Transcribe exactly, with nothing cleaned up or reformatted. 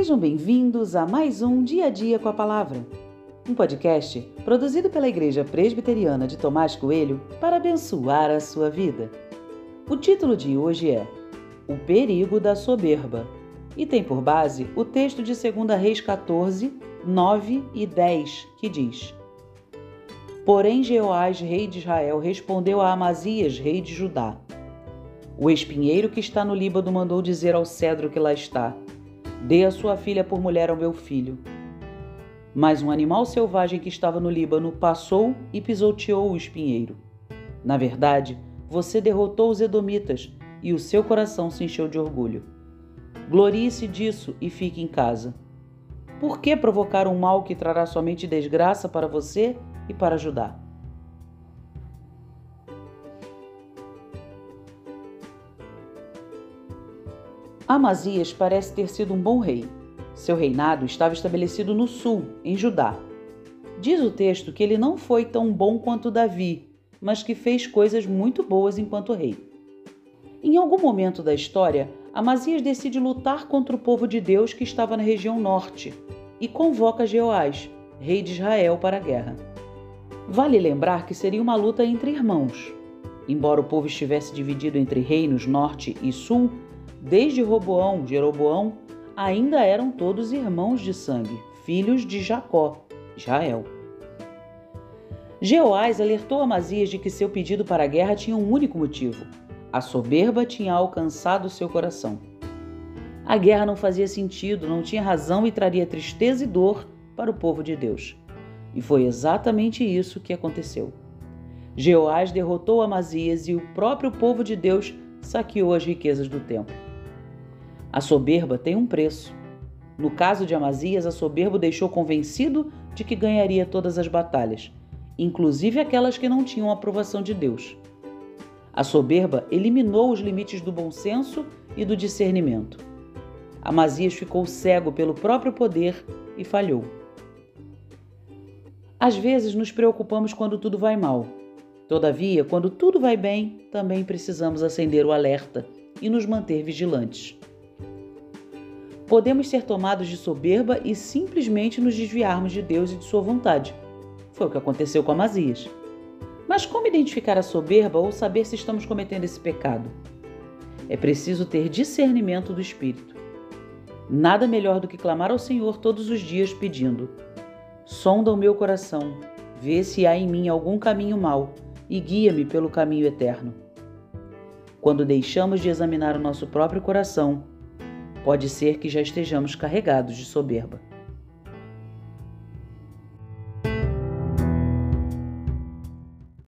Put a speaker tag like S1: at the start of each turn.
S1: Sejam bem-vindos a mais um Dia a Dia com a Palavra, um podcast produzido pela Igreja Presbiteriana de Tomás Coelho para abençoar a sua vida. O título de hoje é O Perigo da Soberba e tem por base o texto de dois Reis quatorze, nove e dez, que diz: Porém Jeoás, rei de Israel, respondeu a Amazias, rei de Judá: O espinheiro que está no Líbano mandou dizer ao cedro que lá está: Dê a sua filha por mulher ao meu filho. Mas um animal selvagem que estava no Líbano passou e pisoteou o espinheiro. Na verdade, você derrotou os edomitas e o seu coração se encheu de orgulho. Glorie-se disso e fique em casa. Por que provocar um mal que trará somente desgraça para você e para Judá? Amazias parece ter sido um bom rei. Seu reinado estava estabelecido no sul, em Judá. Diz o texto que ele não foi tão bom quanto Davi, mas que fez coisas muito boas enquanto rei. Em algum momento da história, Amazias decide lutar contra o povo de Deus que estava na região norte e convoca Jeoás, rei de Israel, para a guerra. Vale lembrar que seria uma luta entre irmãos. Embora o povo estivesse dividido entre reinos norte e sul, desde Roboão, Jeroboão, ainda eram todos irmãos de sangue, filhos de Jacó, Israel. Jeoás alertou Amazias de que seu pedido para a guerra tinha um único motivo: a soberba tinha alcançado seu coração. A guerra não fazia sentido, não tinha razão e traria tristeza e dor para o povo de Deus. E foi exatamente isso que aconteceu. Jeoás derrotou Amazias e o próprio povo de Deus saqueou as riquezas do templo. A soberba tem um preço. No caso de Amazias, a soberba o deixou convencido de que ganharia todas as batalhas, inclusive aquelas que não tinham a aprovação de Deus. A soberba eliminou os limites do bom senso e do discernimento. Amazias ficou cego pelo próprio poder e falhou. Às vezes nos preocupamos quando tudo vai mal. Todavia, quando tudo vai bem, também precisamos acender o alerta e nos manter vigilantes. Podemos ser tomados de soberba e simplesmente nos desviarmos de Deus e de sua vontade. Foi o que aconteceu com Amazias. Mas como identificar a soberba ou saber se estamos cometendo esse pecado? É preciso ter discernimento do Espírito. Nada melhor do que clamar ao Senhor todos os dias pedindo: sonda o meu coração, vê se há em mim algum caminho mau e guia-me pelo caminho eterno. Quando deixamos de examinar o nosso próprio coração, pode ser que já estejamos carregados de soberba.